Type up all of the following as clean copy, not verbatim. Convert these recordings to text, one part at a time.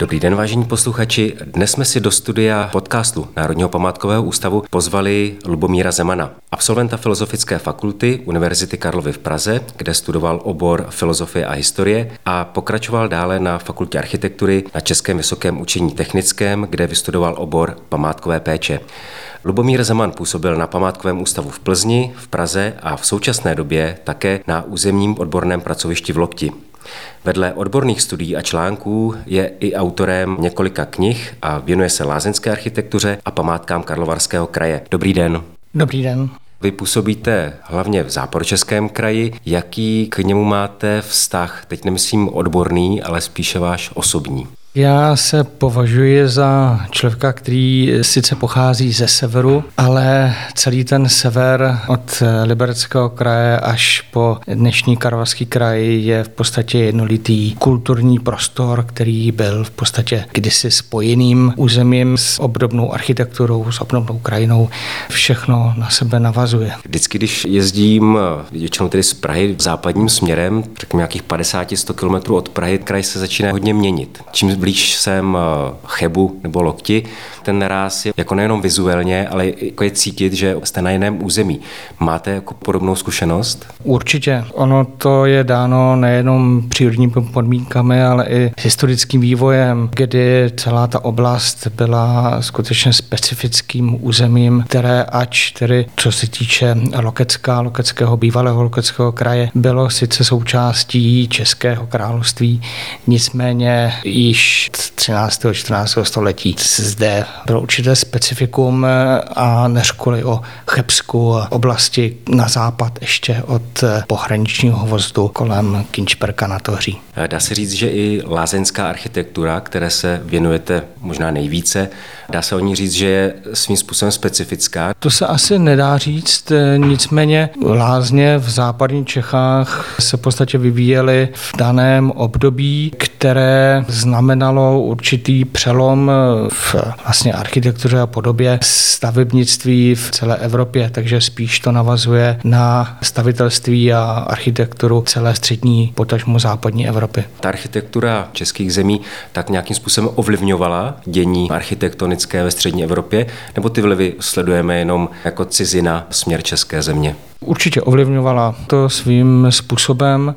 Dobrý den, vážení posluchači. Dnes jsme si do studia podcastu Národního památkového ústavu pozvali Lubomíra Zemana, absolventa Filozofické fakulty Univerzity Karlovy v Praze, kde studoval obor filozofie a historie a pokračoval dále na Fakultě architektury na Českém vysokém učení technickém, kde vystudoval obor památkové péče. Lubomír Zeman působil na Památkovém ústavu v Plzni, v Praze a v současné době také na územním odborném pracovišti v Lokti. Vedle odborných studií a článků je i autorem několika knih a věnuje se lázeňské architektuře a památkám Karlovarského kraje. Dobrý den. Dobrý den. Vy působíte hlavně v Západočeském kraji. Jaký k němu máte vztah? Teď nemyslím odborný, ale spíše váš osobní. Já se považuji za člověka, který sice pochází ze severu, ale celý ten sever od Libereckého kraje až po dnešní Karlovarský kraj je v podstatě jednolitý kulturní prostor, který byl v podstatě kdysi spojeným územím s obdobnou architekturou, s obdobnou krajinou. Všechno na sebe navazuje. Vždycky, když jezdím většinou tedy z Prahy západním směrem, řekněme nějakých 50-100 kilometrů od Prahy, kraj se začíná hodně měnit. Čím blíž jsem Chebu nebo Lokti, ten ráz je jako nejenom vizuálně, ale jako je cítit, že jste na jiném území. Máte jako podobnou zkušenost? Určitě. Ono to je dáno nejenom přírodními podmínkami, ale i historickým vývojem, kdy celá ta oblast byla skutečně specifickým územím, které ač tedy, co se týče Lokeckého, bývalého Lokeckého kraje, bylo sice součástí Českého království, nicméně již 13. 14. století zde bylo určité specifikum a neřkuli o Chebsku a oblasti na západ ještě od pohraničního hvozdu kolem Kynšperka nad Ohří. Dá se říct, že i lázeňská architektura, které se věnujete možná nejvíce, dá se o ní říct, že je svým způsobem specifická? To se asi nedá říct, nicméně lázně v západních Čechách se v podstatě vyvíjely v daném období, které znamenalo určitý přelom v vlastně architektuře a podobě stavebnictví v celé Evropě, takže spíš to navazuje na stavitelství a architekturu celé střední, potažmo západní Evropy. Ta architektura českých zemí tak nějakým způsobem ovlivňovala dění architektonické ve střední Evropě, nebo ty vlivy sledujeme jenom jako cizina směr české země? Určitě ovlivňovala to svým způsobem.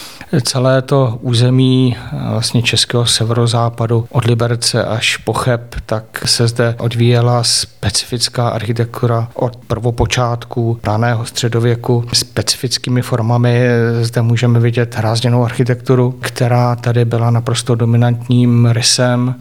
Celé to území vlastně českého severozápadu od Liberce až po Cheb, tak se zde odvíjela specifická architektura od prvopočátku raného středověku. Specifickými formami zde můžeme vidět hrázděnou architekturu, která tady byla naprosto dominantním rysem.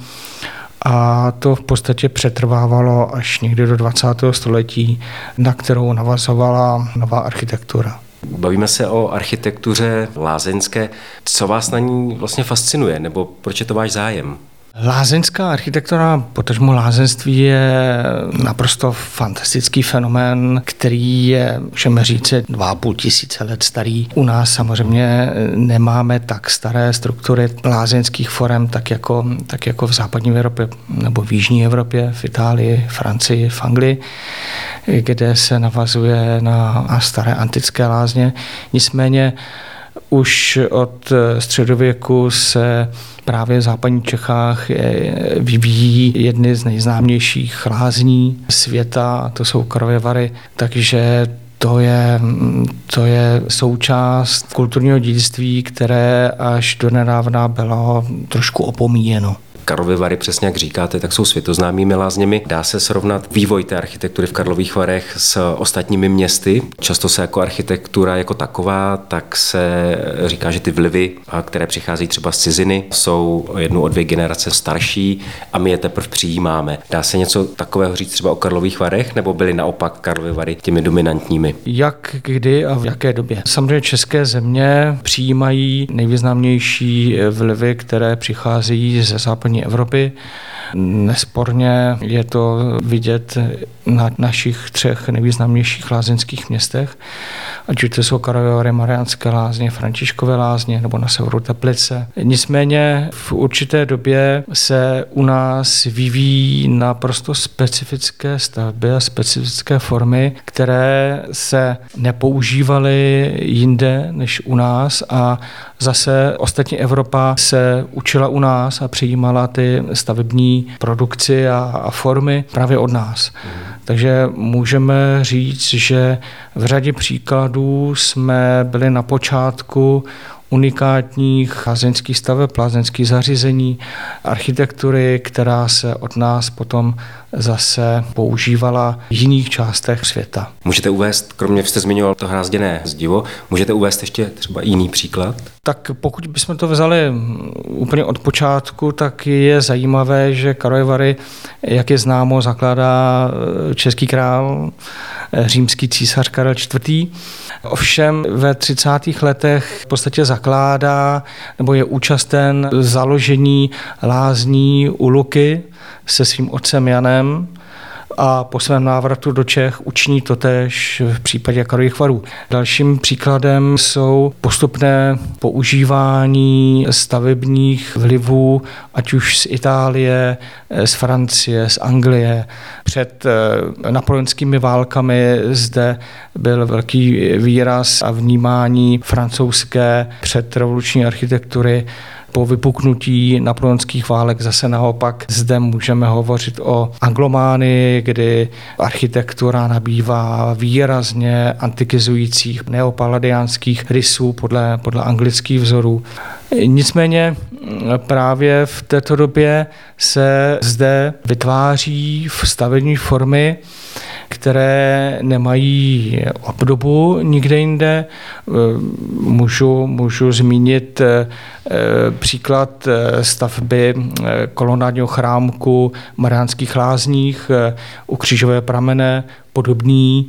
A to v podstatě přetrvávalo až někdy do 20. století, na kterou navazovala nová architektura. Bavíme se o architektuře lázeňské. Co vás na ní vlastně fascinuje, nebo proč je to váš zájem? Lázeňská architektura, potažmo lázeňství, je naprosto fantastický fenomén, který je, můžeme říct, 2,5 tisíce let starý. U nás samozřejmě nemáme tak staré struktury lázeňských forem, tak jako v západní Evropě nebo v jižní Evropě, v Itálii, Francii, v Anglii, kde se navazuje na staré antické lázně. Nicméně už od středověku se právě v západních Čechách vyvíjí jedny z nejznámějších lázní světa, a to jsou Karlovy Vary, takže to je součást kulturního dědictví, které až donedávna bylo trošku opomíjeno. Karlovy Vary, přesně jak říkáte, tak jsou světoznámými lázněmi. Dá se srovnat vývoj té architektury v Karlových Varech s ostatními městy. Často se jako architektura jako taková, tak se říká, že ty vlivy, které přicházejí třeba z ciziny, jsou o 1 o 2 generace starší a my je teprve přijímáme. Dá se něco takového říct třeba o Karlových Varech, nebo byly naopak Karlovy Vary těmi dominantními? Jak, kdy a v jaké době? Samozřejmě české země přijímají nejvýznamnější vlivy, které přicházejí ze západní Evropy. Nesporně je to vidět na našich 3 nejvýznamnějších lázeňských městech, ať už to jsou Karlovy Vary, Mariánské lázně, Františkovy lázně nebo na severu Teplice. Nicméně v určité době se u nás vyvíjí naprosto specifické stavby a specifické formy, které se nepoužívaly jinde než u nás, a zase ostatní Evropa se učila u nás a přijímala ty stavební produkci a formy právě od nás. Takže můžeme říct, že v řadě příkladů jsme byli na počátku unikátních lázeňských staveb, lázeňských zařízení, architektury, která se od nás potom zase používala v jiných částech světa. Můžete uvést, kromě jste zmiňoval to hrázděné zdivo, můžete uvést ještě třeba jiný příklad? Tak pokud bychom to vzali úplně od počátku, tak je zajímavé, že Karlovy Vary, jak je známo, zakládá český král, římský císař Karel IV. Ovšem ve 30. letech v podstatě zakládá nebo je účasten založení lázní u Luky se svým otcem Janem a po svém návratu do Čech učiní totéž v případě Karlových Varů. Dalším příkladem jsou postupné používání stavebních vlivů, ať už z Itálie, z Francie, z Anglie. Před napoleonskými válkami zde byl velký výraz a vnímání francouzské předrevoluční architektury. Po vypuknutí napoleonských válek zase naopak zde můžeme hovořit o anglománii, kdy architektura nabývá výrazně antikizujících neopalladiánských rysů podle anglických vzorů. Nicméně právě v této době se zde vytváří stavební formy, které nemají obdobu nikde jinde. Můžu zmínit příklad stavby kolonádního chrámku v Mariánských Lázních u Křížové pramene. Podobný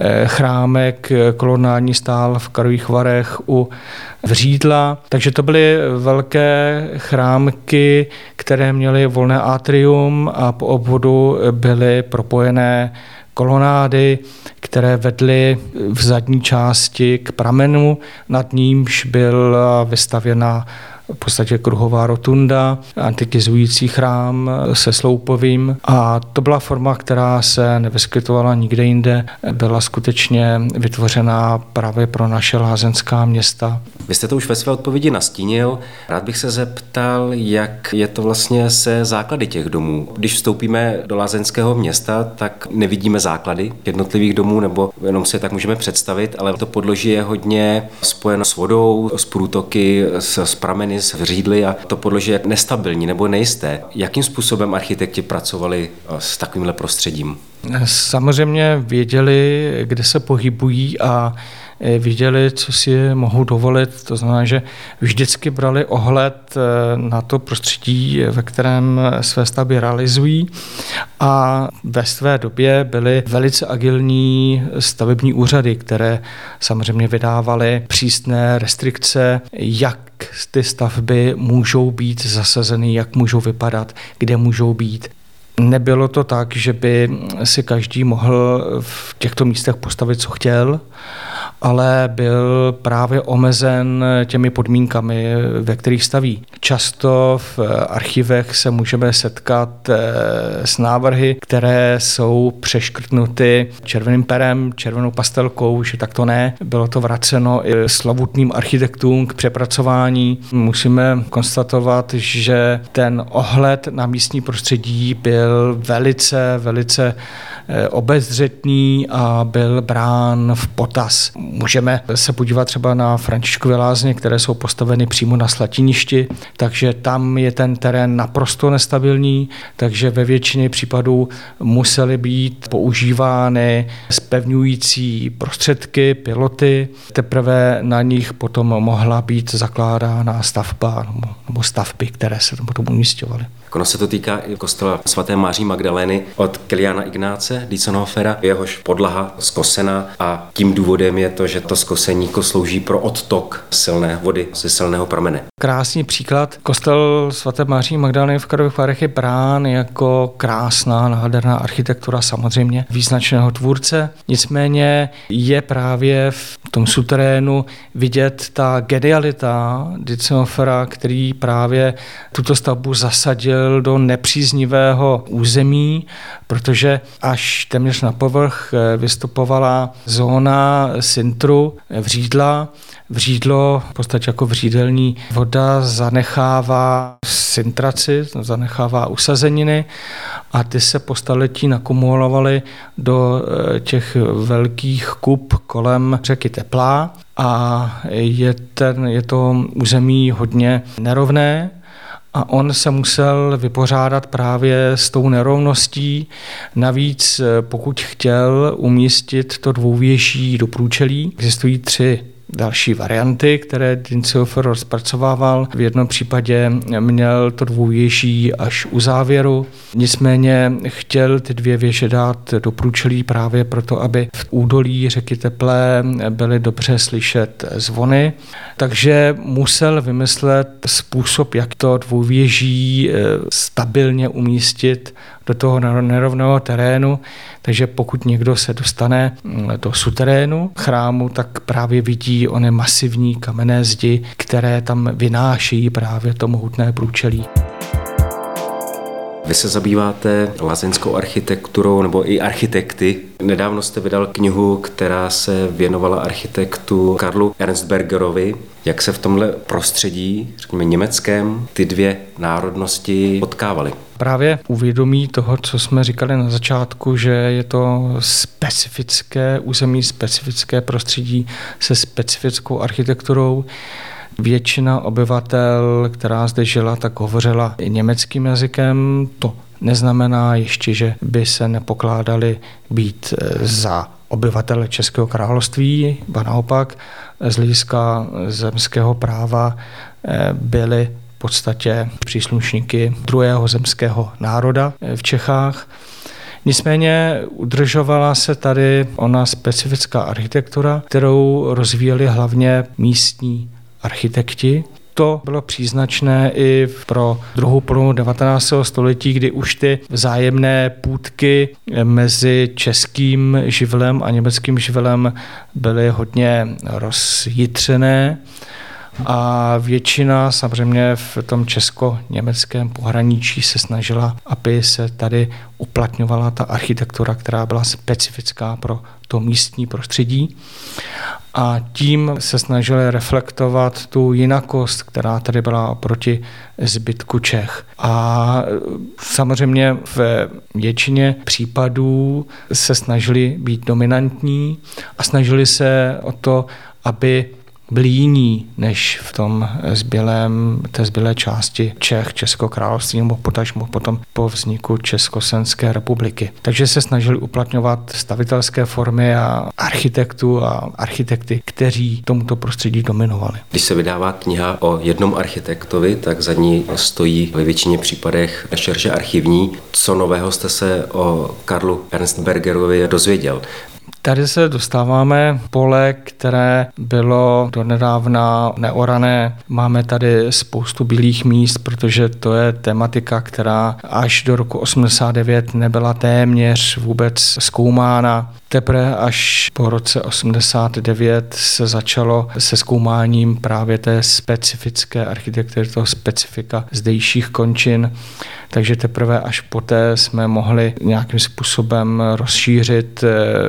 chrámek kolonádní stál v Karlových Varech u Vřídla. Takže to byly velké chrámky, které měly volné atrium a po obvodu byly propojené kolonády, které vedly v zadní části k pramenu, nad nímž byla vystavěna v podstatě kruhová rotunda, antikizující chrám se sloupovým a to byla forma, která se nevyskytovala nikde jinde, byla skutečně vytvořená právě pro naše lázeňská města. Vy jste to už ve své odpovědi nastínil. Rád bych se zeptal, jak je to vlastně se základy těch domů. Když vstoupíme do lázeňského města, tak nevidíme základy jednotlivých domů, nebo jenom si je tak můžeme představit, ale to podloží je hodně spojeno s vodou, s průtoky, s prameny, s vřídly a to podloží je nestabilní nebo nejisté. Jakým způsobem architekti pracovali s takovýmhle prostředím? Samozřejmě věděli, kde se pohybují a viděli, co si mohou dovolit. To znamená, že vždycky brali ohled na to prostředí, ve kterém své stavby realizují a ve své době byly velice agilní stavební úřady, které samozřejmě vydávaly přísné restrikce, jak ty stavby můžou být zasazeny, jak můžou vypadat, kde můžou být. Nebylo to tak, že by si každý mohl v těchto místech postavit, co chtěl, ale byl právě omezen těmi podmínkami, ve kterých staví. Často v archivech se můžeme setkat s návrhy, které jsou přeškrtnuty červeným perem, červenou pastelkou, že tak to ne. Bylo to vraceno i slovutným architektům k přepracování. Musíme konstatovat, že ten ohled na místní prostředí byl velice obezřetný a byl brán v potaz. Můžeme se podívat třeba na Františkovy lázně, které jsou postaveny přímo na Slatiništi, takže tam je ten terén naprosto nestabilní, takže ve většině případů musely být používány zpevňující prostředky, piloty, teprve na nich potom mohla být zakládána stavba nebo stavby, které se tam potom umísťovaly. Ono se to týká i kostela svaté Maří Magdalény od Kiliána Ignáce Dietzenhofera, jehož podlaha zkosena a tím důvodem je to, že to skosení slouží pro odtok silné vody ze silného pramene. Krásný příklad. Kostel svaté Maří Magdalény v Karlových Varech je brán jako krásná, nádherná architektura samozřejmě význačného tvůrce. Nicméně je právě v tom suterénu vidět ta genialita Dietzenhofera, který právě tuto stavbu zasadil do nepříznivého území, protože až téměř na povrch vystupovala zóna Sintru, Vřídla, Vřídlo, v podstatě jako vřídelní voda, zanechává sintraci, zanechává usazeniny a ty se po staletí nakumulovaly do těch velkých kup kolem řeky Teplá a je to území hodně nerovné. A on se musel vypořádat právě s tou nerovností. Navíc, pokud chtěl umístit to dvouvěží do průčelí, existují 3 další varianty, které Dientzenhofer rozpracovával. V jednom případě měl to dvouvěží až u závěru, nicméně chtěl ty 2 věže dát do průčelí právě proto, aby v údolí řeky Teplé byly dobře slyšet zvony. Takže musel vymyslet způsob, jak to dvouvěží stabilně umístit do toho nerovného terénu. Takže pokud někdo se dostane do suterénu chrámu, tak právě vidí ony masivní kamenné zdi, které tam vynášejí právě to mohutné průčelí. Vy se zabýváte lázeňskou architekturou nebo i architekty. Nedávno jste vydal knihu, která se věnovala architektu Karlu Ernstbergerovi. Jak se v tomhle prostředí, řekněme německém, ty 2 národnosti potkávaly? Právě uvědomí toho, co jsme říkali na začátku, že je to specifické území, specifické prostředí se specifickou architekturou. Většina obyvatel, která zde žila, tak hovořila i německým jazykem. To neznamená ještě, že by se nepokládali být za obyvatele Českého království, ba naopak z hlediska zemského práva byli v podstatě příslušníky druhého zemského národa v Čechách. Nicméně udržovala se tady ona specifická architektura, kterou rozvíjeli hlavně místní architekti. To bylo příznačné i pro druhou polovinu 19. století, kdy už ty vzájemné půtky mezi českým živlem a německým živlem byly hodně rozjitřené. A většina samozřejmě v tom česko-německém pohraničí se snažila, aby se tady uplatňovala ta architektura, která byla specifická pro to místní prostředí. A tím se snažili reflektovat tu jinakost, která tady byla oproti zbytku Čech. A samozřejmě v většině případů se snažili být dominantní a snažili se o to, aby byli jiní než v tom té zbylé části Čech, Českého království nebo potažmo potom po vzniku Československé republiky. Takže se snažili uplatňovat stavitelské formy a architektů a architekty, kteří tomuto prostředí dominovali. Když se vydává kniha o jednom architektovi, tak za ní stojí ve většině případech rešerše archivní. Co nového jste se o Karlu Ernstbergerovi dozvěděl? Tady se dostáváme pole, které bylo donedávna neorané. Máme tady spoustu bílých míst, protože to je tematika, která až do roku 89 nebyla téměř vůbec zkoumána. Teprve až po roce 89 se začalo se zkoumáním právě té specifické architektury, toho specifika zdejších končin. Takže teprve až poté jsme mohli nějakým způsobem rozšířit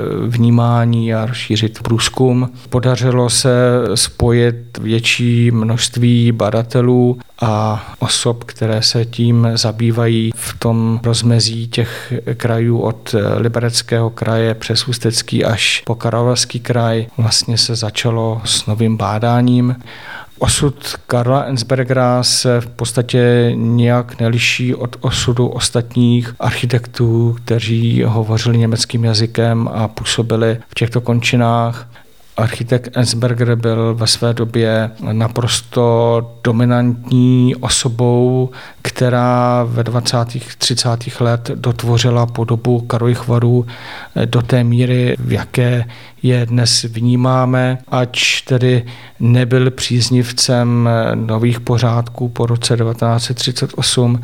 vnímání a rozšířit průzkum. Podařilo se spojit větší množství badatelů a osob, které se tím zabývají v tom rozmezí těch krajů od Libereckého kraje přes Ústecký až po Karlovarský kraj. Vlastně se začalo s novým bádáním. Osud Karla Ernstbergera se v podstatě nijak neliší od osudu ostatních architektů, kteří hovořili německým jazykem a působili v těchto končinách. Architekt Ernstberger byl ve své době naprosto dominantní osobou, která ve 20. 30. let dotvořila podobu Karlových Varů do té míry, v jaké je dnes vnímáme, ač tedy nebyl příznivcem nových pořádků po roce 1938,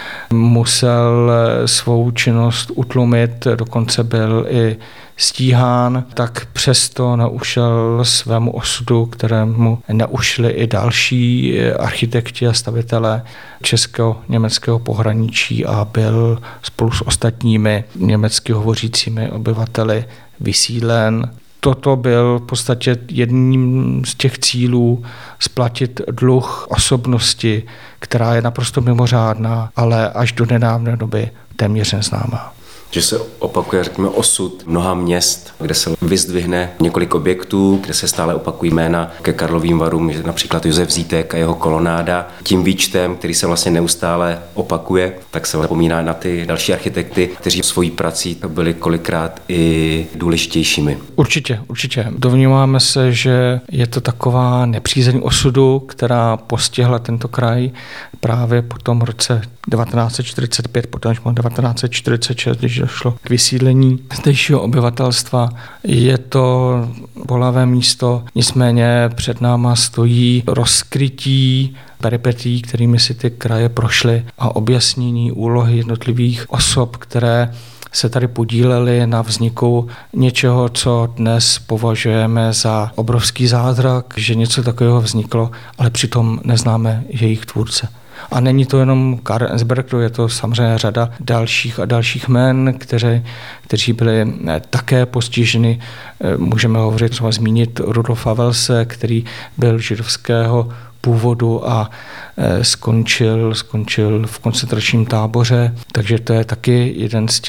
musel svou činnost utlumit, dokonce byl i stíhán, tak přesto neušel svému osudu, kterému neušli i další architekti a stavitelé česko-německého pohraničí a byl spolu s ostatními německy hovořícími obyvateli vysídlen toto byl v podstatě jedním z těch cílů splatit dluh osobnosti, která je naprosto mimořádná, ale až do nedávné doby téměř neznámá. Že se opakuje, řekněme, osud mnoha měst, kde se vyzdvihne několik objektů, kde se stále opakují jména ke Karlovým Varům, například Josef Zítek a jeho kolonáda. Tím výčtem, který se vlastně neustále opakuje, tak se zapomíná na ty další architekty, kteří svojí prací byli kolikrát i důležitějšími. Určitě. Domníváme se, že je to taková nepřízeň osudu, která postihla tento kraj právě po tom roce 1945, potom 1946, když došlo k vysídlení zdejšího obyvatelstva. Je to bolavé místo, nicméně před náma stojí rozkrytí peripetí, kterými si ty kraje prošly a objasnění úlohy jednotlivých osob, které se tady podíleli na vzniku něčeho, co dnes považujeme za obrovský zázrak, že něco takového vzniklo, ale přitom neznáme jejich tvůrce. A není to jenom Karl Enzberger, je to samozřejmě řada dalších a dalších jmen, kteří byli také postiženi. Můžeme hovořit, třeba zmínit Rudolfa Welse, který byl židovského původu a skončil v koncentračním táboře, takže to je taky jedno z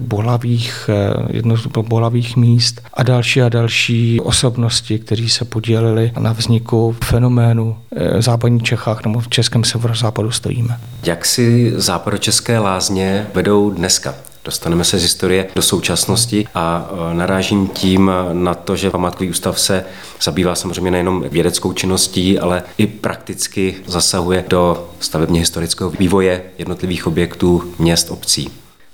bolavých míst a další osobnosti, kteří se podíleli na vzniku fenoménu v západních Čechách nebo v českém severozápadu stojíme. Jak si západočeské lázně vedou dneska? Dostaneme se z historie do současnosti a narážím tím na to, že památkový ústav se zabývá samozřejmě nejenom vědeckou činností, ale i prakticky zasahuje do stavebně historického vývoje jednotlivých objektů, měst, obcí.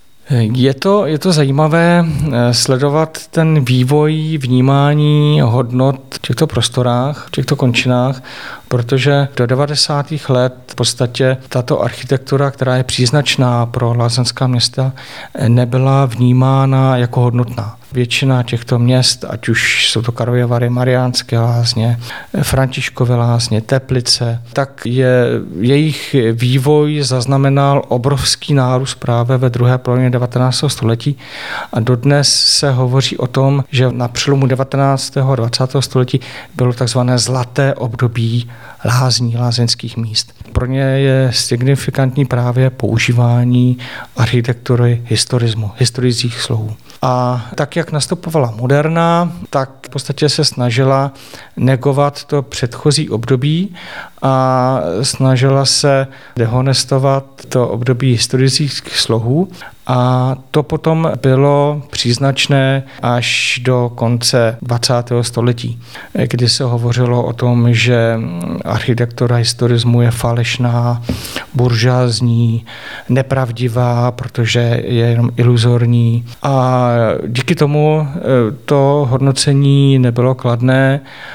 Je to zajímavé sledovat ten vývoj vnímání hodnot v těchto prostorách, v těchto končinách, protože do 90. let v podstatě tato architektura, která je příznačná pro lázeňská města, nebyla vnímána jako hodnotná. Většina těchto měst, ať už jsou to Karlovy Vary, Mariánské Lázně, Františkovy Lázně, Teplice, tak jejich vývoj zaznamenal obrovský nárůst právě ve druhé polovině 19. století a dodnes se hovoří o tom, že na přelomu 19. a 20. století bylo takzvané zlaté období lázní, lázeňských míst. Pro ně je signifikantní právě používání architektury historismu, historických slohů. A tak, jak nastupovala moderna, tak v podstatě se snažila negovat to předchozí období a snažila se dehonestovat to období historických slohů. A to potom bylo příznačné až do konce 20. století, kdy se hovořilo o tom, že architektura historismu je falešná, buržoazní, nepravdivá, protože je jenom iluzorní. A díky tomu to hodnocení nebylo kladné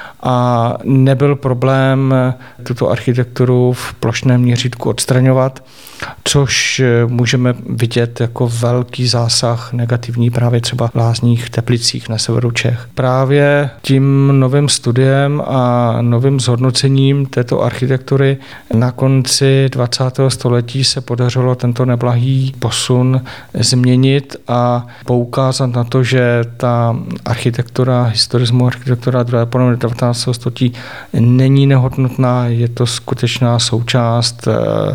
a nebyl problém tuto architekturu v plošném měřítku odstraňovat, což můžeme vidět jako velký zásah negativní právě třeba v Lázních, Teplicích na severu Čech. Právě tím novým studiem a novým zhodnocením této architektury na konci 20. století se podařilo tento neblahý posun změnit a poukázat na to, že ta architektura historismu, architektura druhé poloviny 19. století není nehodnotná, je to skutečná součást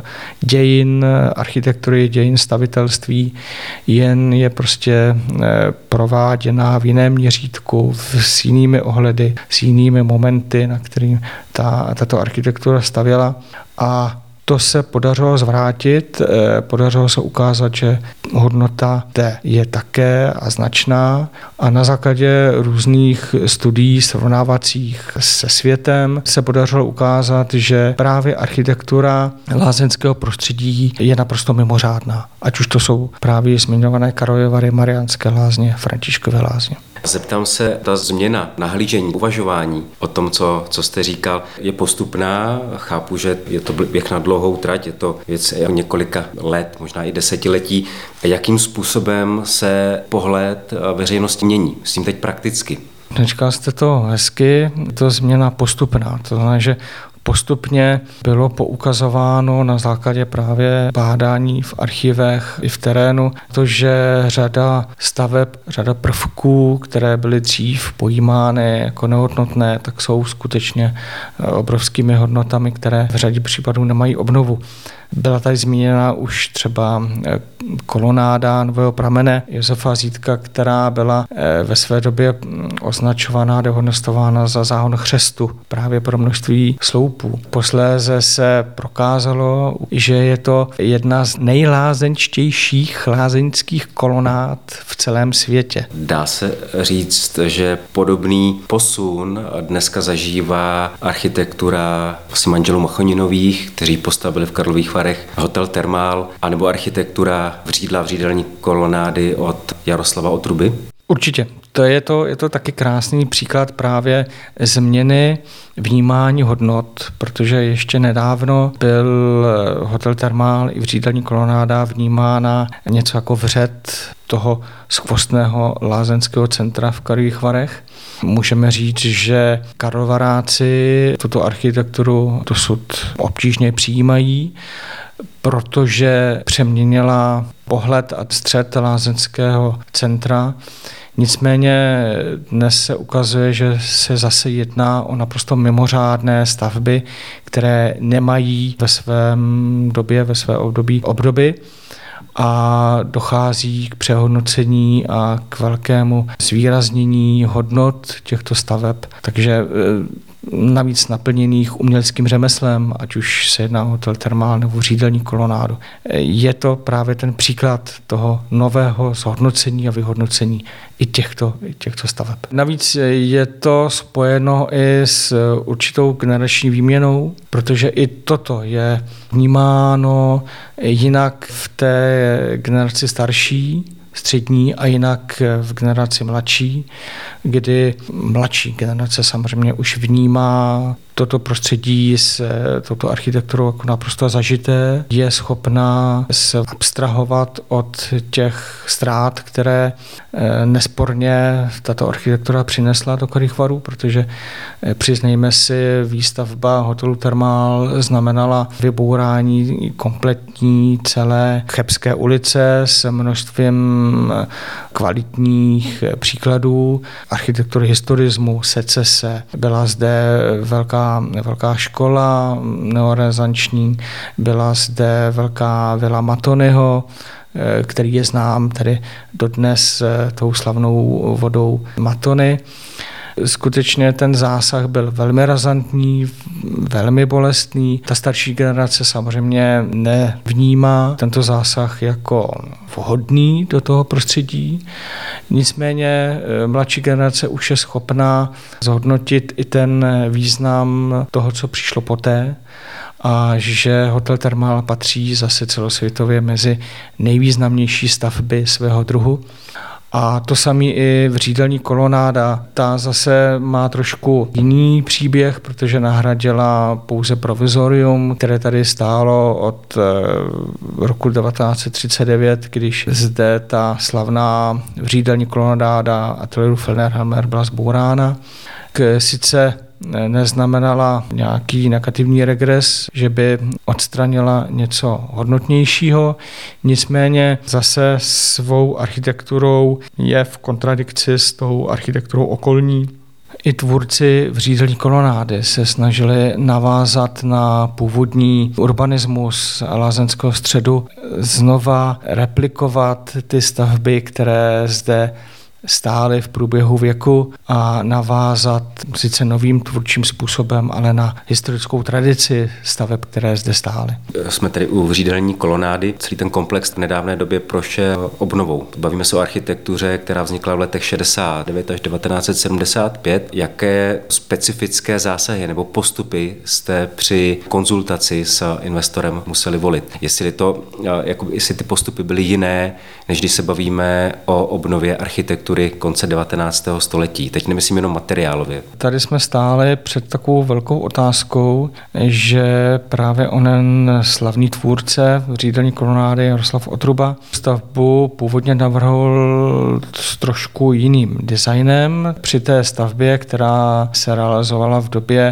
dějin architektury, dějin stavitelství, jen je prostě prováděná v jiném měřítku, s jinými ohledy, s jinými momenty, na kterým tato architektura stavěla. A to se podařilo zvrátit, podařilo se ukázat, že hodnota té je také a značná a na základě různých studií srovnávacích se světem se podařilo ukázat, že právě architektura lázeňského prostředí je naprosto mimořádná. Ať už to jsou právě zmiňované Karlovy Vary, Mariánské Lázně, Františkovy Lázně. Zeptám se, ta změna nahlížení, uvažování o tom, co jste říkal, je postupná. Chápu, že je to běh na dlouhou trať, je to věc několika let, možná i desetiletí. Jakým způsobem se pohled veřejnosti mění? S tím teď prakticky. Říkal jste to hezky, je to změna postupná. To znamená, že Postupně bylo poukazováno na základě právě bádání v archivech i v terénu, to, že řada staveb, řada prvků, které byly dřív pojímány jako nehodnotné, tak jsou skutečně obrovskými hodnotami, které v řadě případů nemají obnovu. Byla tady zmíněna už třeba kolonáda Nového pramene Josefa Zídka, která byla ve své době označovaná, dehonestována za záhon chřestu právě pro množství sloupů. Posléze se prokázalo, že je to jedna z nejlázeňčtějších lázeňských kolonád v celém světě. Dá se říct, že podobný posun dneska zažívá architektura manželů Machoninových, kteří postavili v Karlových Varech hotel Thermal, anebo architektura v řídelní kolonády od Jaroslava Otruby? Určitě. Je to taky krásný příklad právě změny vnímání hodnot, protože ještě nedávno byl hotel Thermal i vřídelní kolonáda vnímána něco jako vřet toho skvostného lázeňského centra v Karlových Varech. Můžeme říct, že karlovaráci tuto architekturu dosud obtížně přijímají, protože přeměnila pohled a střed lázeňského centra. Nicméně dnes se ukazuje, že se zase jedná o naprosto mimořádné stavby, které nemají ve své období a dochází k přehodnocení a k velkému zvýraznění hodnot těchto staveb. Takže navíc naplněných uměleckým řemeslem, ať už se jedná o hotel Thermal nebo řídelní kolonádu. Je to právě ten příklad toho nového zhodnocení a vyhodnocení i těchto staveb. Navíc je to spojeno i s určitou generační výměnou, protože i toto je vnímáno jinak v té generaci starší, střední a jinak v generaci mladší, kdy mladší generace samozřejmě už vnímá toto prostředí s touto architekturou jako naprosto zažité, je schopná se abstrahovat od těch ztrát, které nesporně tato architektura přinesla do Karlových Varů, protože přiznejme si, výstavba hotelu Thermal znamenala vybourání kompletní celé Chebské ulice s množstvím kvalitních příkladů architektury historismu, secese. Byla zde velká škola neorenesanční, byla zde velká vila Matonyho, který je znám tedy dodnes tou slavnou vodou Matony. Skutečně ten zásah byl velmi razantní, velmi bolestný. Ta starší generace samozřejmě nevnímá tento zásah jako vhodný do toho prostředí. Nicméně mladší generace už je schopná zhodnotit i ten význam toho, co přišlo poté, a že hotel Thermal patří zase celosvětově mezi nejvýznamnější stavby svého druhu. A to samé i vřídelní kolonáda. Ta zase má trošku jiný příběh, protože nahradila pouze provizorium, které tady stálo od roku 1939, když zde ta slavná vřídelní kolonáda ateliéru Fellner-Helmer byla zbourána. Sice neznamenala nějaký negativní regres, že by odstranila něco hodnotnějšího, nicméně zase svou architekturou je v kontradikci s tou architekturou okolní. I tvůrci vřídelní kolonády se snažili navázat na původní urbanismus lázeňského středu, znova replikovat ty stavby, které zde stály v průběhu věku a navázat sice novým tvůrčím způsobem, ale na historickou tradici staveb, které zde stály. Jsme tady u vřídelní kolonády. Celý ten komplex v nedávné době prošel obnovou. Bavíme se o architektuře, která vznikla v letech 69 až 1975. Jaké specifické zásahy nebo postupy jste při konzultaci s investorem museli volit? Jestli ty postupy byly jiné, než když se bavíme o obnově architektury konce 19. století. Teď nemyslím jenom materiálově. Tady jsme stáli před takovou velkou otázkou, že právě onen slavný tvůrce vřídelní kolonády Jaroslav Otruba stavbu původně navrhl s trošku jiným designem. Při té stavbě, která se realizovala v době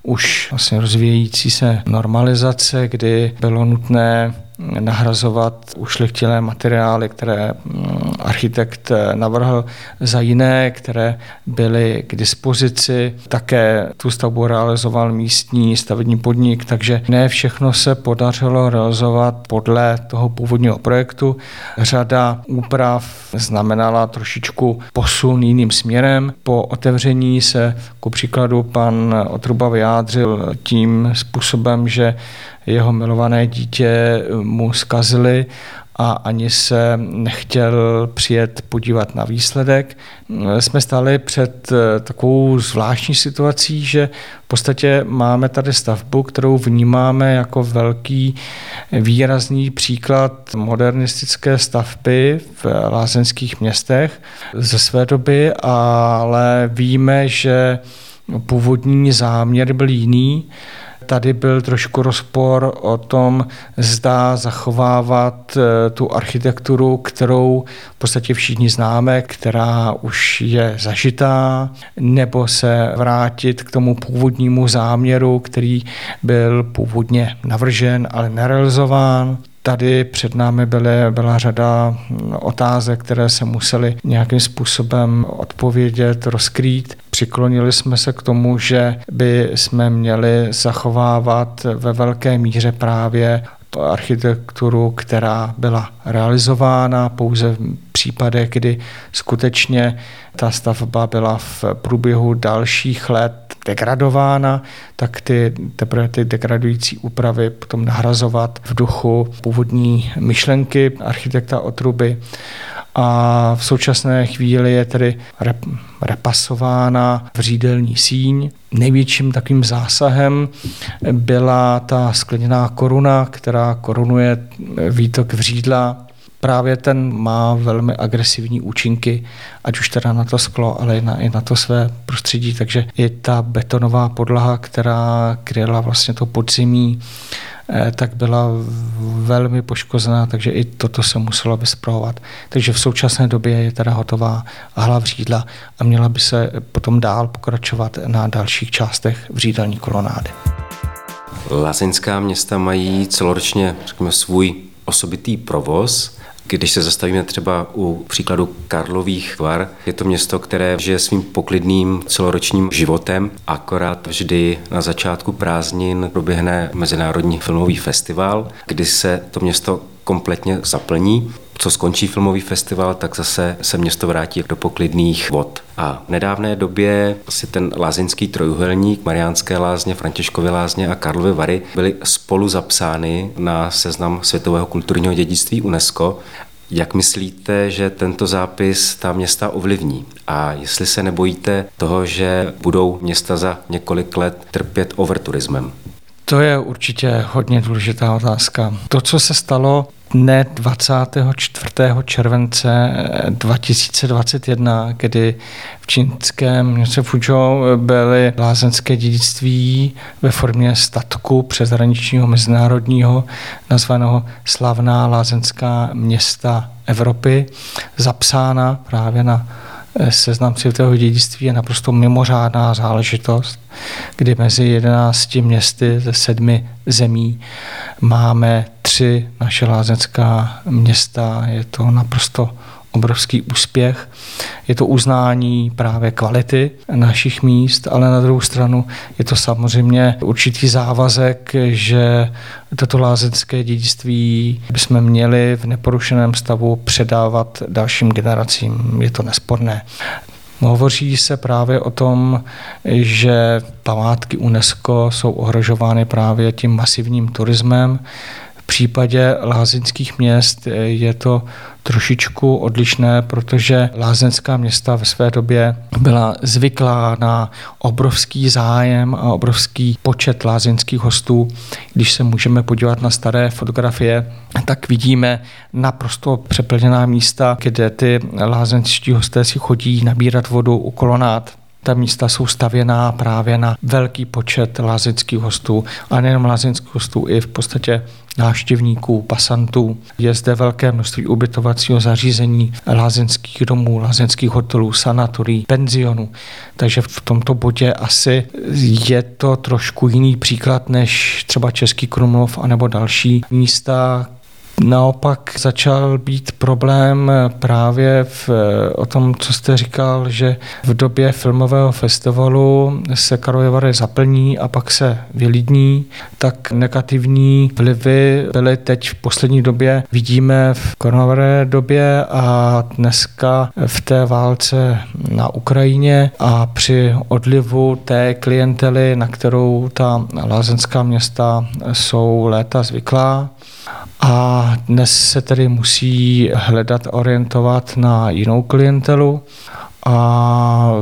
už vlastně rozvíjející se normalizace, kdy bylo nutné nahrazovat ušlechtilé materiály, které architekt navrhl za jiné, které byly k dispozici. Také tu stavbu realizoval místní stavební podnik, takže ne všechno se podařilo realizovat podle toho původního projektu. Řada úprav znamenala trošičku posun jiným směrem. Po otevření se ku příkladu pan Otruba vyjádřil tím způsobem, že jeho milované dítě mu zkazili a ani se nechtěl přijet podívat na výsledek. Jsme stáli před takovou zvláštní situací, že v podstatě máme tady stavbu, kterou vnímáme jako velký výrazný příklad modernistické stavby v lázeňských městech ze své doby, ale víme, že původní záměr byl jiný. Tady byl trošku rozpor o tom, zda zachovávat tu architekturu, kterou v podstatě všichni známe, která už je zažitá, nebo se vrátit k tomu původnímu záměru, který byl původně navržen, ale nerealizován. Tady před námi byla řada otázek, které se musely nějakým způsobem odpovědět, rozkrýt. Přiklonili jsme se k tomu, že by jsme měli zachovávat ve velké míře právě architekturu, která byla realizována pouze v případech, kdy skutečně ta stavba byla v průběhu dalších let degradována, tak teprve ty degradující úpravy potom nahrazovat v duchu původní myšlenky architekta Otruby. A v současné chvíli je tedy repasována vřídelní síň. Největším takovým zásahem byla ta skleněná koruna, která korunuje výtok vřídla. Právě ten má velmi agresivní účinky, ať už teda na to sklo, ale i na to své prostředí. Takže i ta betonová podlaha, která kryla vlastně to podzemí, tak byla velmi poškozená, takže i toto se muselo vyspravovat. Takže v současné době je teda hotová hala vřídla a měla by se potom dál pokračovat na dalších částech vřídelní kolonády. Lázeňská města mají celoročně, řekněme, svůj osobitý provoz. Když se zastavíme třeba u příkladu Karlových Var, je to město, které žije svým poklidným celoročním životem, akorát vždy na začátku prázdnin proběhne Mezinárodní filmový festival, kdy se to město kompletně zaplní. Co skončí filmový festival, tak zase se město vrátí do poklidných vod. A v nedávné době asi ten lázeňský trojúhelník, Mariánské lázně, Františkovy lázně a Karlovy Vary byly spolu zapsány na seznam světového kulturního dědictví UNESCO. Jak myslíte, že tento zápis ta města ovlivní? A jestli se nebojíte toho, že budou města za několik let trpět overturismem? To je určitě hodně důležitá otázka. To, co se stalo dne 24. července 2021, kdy v čínském městě Fuzhou byly lázeňské dědictví ve formě statku přeshraničního mezinárodního, nazvaného Slavná lázeňská města Evropy, zapsána právě na seznam světového dědictví, je naprosto mimořádná záležitost, kdy mezi 11 městy ze 7 zemí máme 3 naše lázeňská města. Je to naprosto obrovský úspěch. Je to uznání právě kvality našich míst, ale na druhou stranu je to samozřejmě určitý závazek, že toto lázeňské dědictví bychom měli v neporušeném stavu předávat dalším generacím. Je to nesporné. Hovoří se právě o tom, že památky UNESCO jsou ohrožovány právě tím masivním turismem. V případě lázeňských měst je to trošičku odlišné, protože lázeňská města ve své době byla zvyklá na obrovský zájem a obrovský počet lázeňských hostů. Když se můžeme podívat na staré fotografie, tak vidíme naprosto přeplněná místa, kde ty lázeňští hosté si chodí nabírat vodu u kolonád. Ta místa jsou stavěná právě na velký počet lázeňských hostů, a nejen lázeňských hostů, i v podstatě návštěvníků, pasantů. Je zde velké množství ubytovacího zařízení, lázeňských domů, lázeňských hotelů, sanatorií, penzionů. Takže v tomto bodě asi je to trošku jiný příklad než třeba Český Krumlov anebo další místa. Naopak začal být problém právě o tom, co jste říkal, že v době filmového festivalu se Karlovy Vary zaplní a pak se vylidní, tak negativní vlivy byly teď v poslední době. Vidíme v koronavirové době a dneska v té válce na Ukrajině a při odlivu té klientely, na kterou ta lázeňská města jsou léta zvyklá. A dnes se tedy musí hledat, orientovat na jinou klientelu a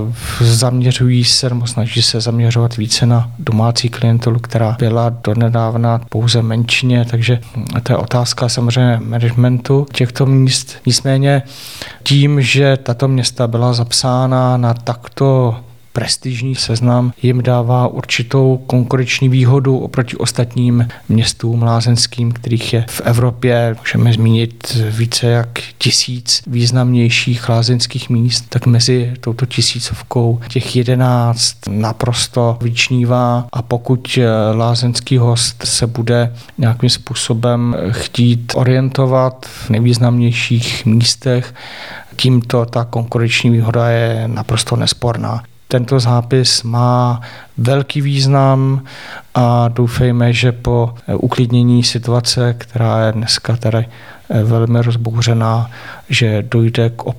snaží se zaměřovat více na domácí klientelu, která byla donedávna pouze menšině, takže to je otázka samozřejmě managementu těchto míst. Nicméně tím, že tato města byla zapsána na takto prestižní seznam, jim dává určitou konkurenční výhodu oproti ostatním městům lázeňským, kterých je v Evropě. Můžeme zmínit více jak 1000 významnějších lázeňských míst, tak mezi touto 1000 těch 11 naprosto vyčnívá, a pokud lázeňský host se bude nějakým způsobem chtít orientovat v nejvýznamnějších místech, tímto ta konkurenční výhoda je naprosto nesporná. Tento zápis má velký význam a doufejme, že po uklidnění situace, která je dneska tady velmi rozbouřená, že dojde k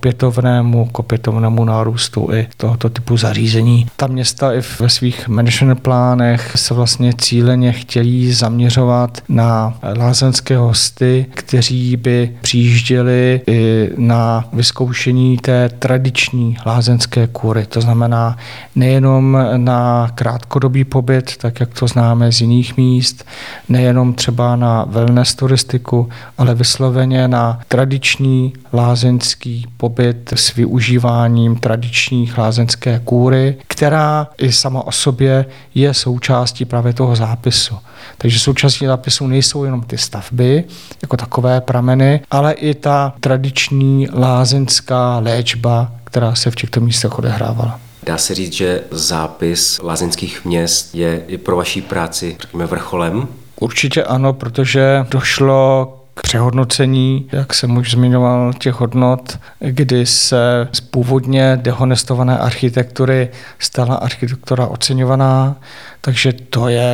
opětovnému nárůstu i tohoto typu zařízení. Ta města i ve svých management plánech se vlastně cíleně chtějí zaměřovat na lázeňské hosty, kteří by přijížděli i na vyzkoušení té tradiční lázeňské kůry. To znamená nejenom na krátkodobý pobyt, tak jak to známe z jiných míst, nejenom třeba na wellness turistiku, ale vysloveně na tradiční lázeňský pobyt s využíváním tradiční lázeňské kůry, která i sama o sobě je součástí právě toho zápisu. Takže součástí zápisu nejsou jenom ty stavby, jako takové prameny, ale i ta tradiční lázeňská léčba, která se v těchto místech odehrávala. Dá se říct, že zápis lázeňských měst je i pro vaší práci, řekněme, vrcholem? Určitě ano, protože došlo k přehodnocení, jak jsem už zmiňoval, těch hodnot, kdy se z původně dehonestované architektury stala architektura oceňovaná, takže to je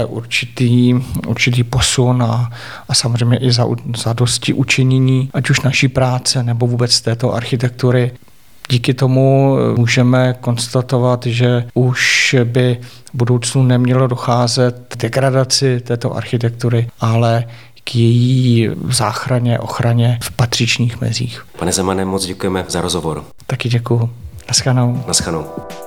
určitý posun a samozřejmě i za dosti učinění, ať už naší práce nebo vůbec této architektury. Díky tomu můžeme konstatovat, že už by v budoucnu nemělo docházet k degradaci této architektury, ale k její záchraně, ochraně v patřičných mezích. Pane Zemane, moc děkujeme za rozhovor. Taky děkuju. Naschledanou. Naschledanou.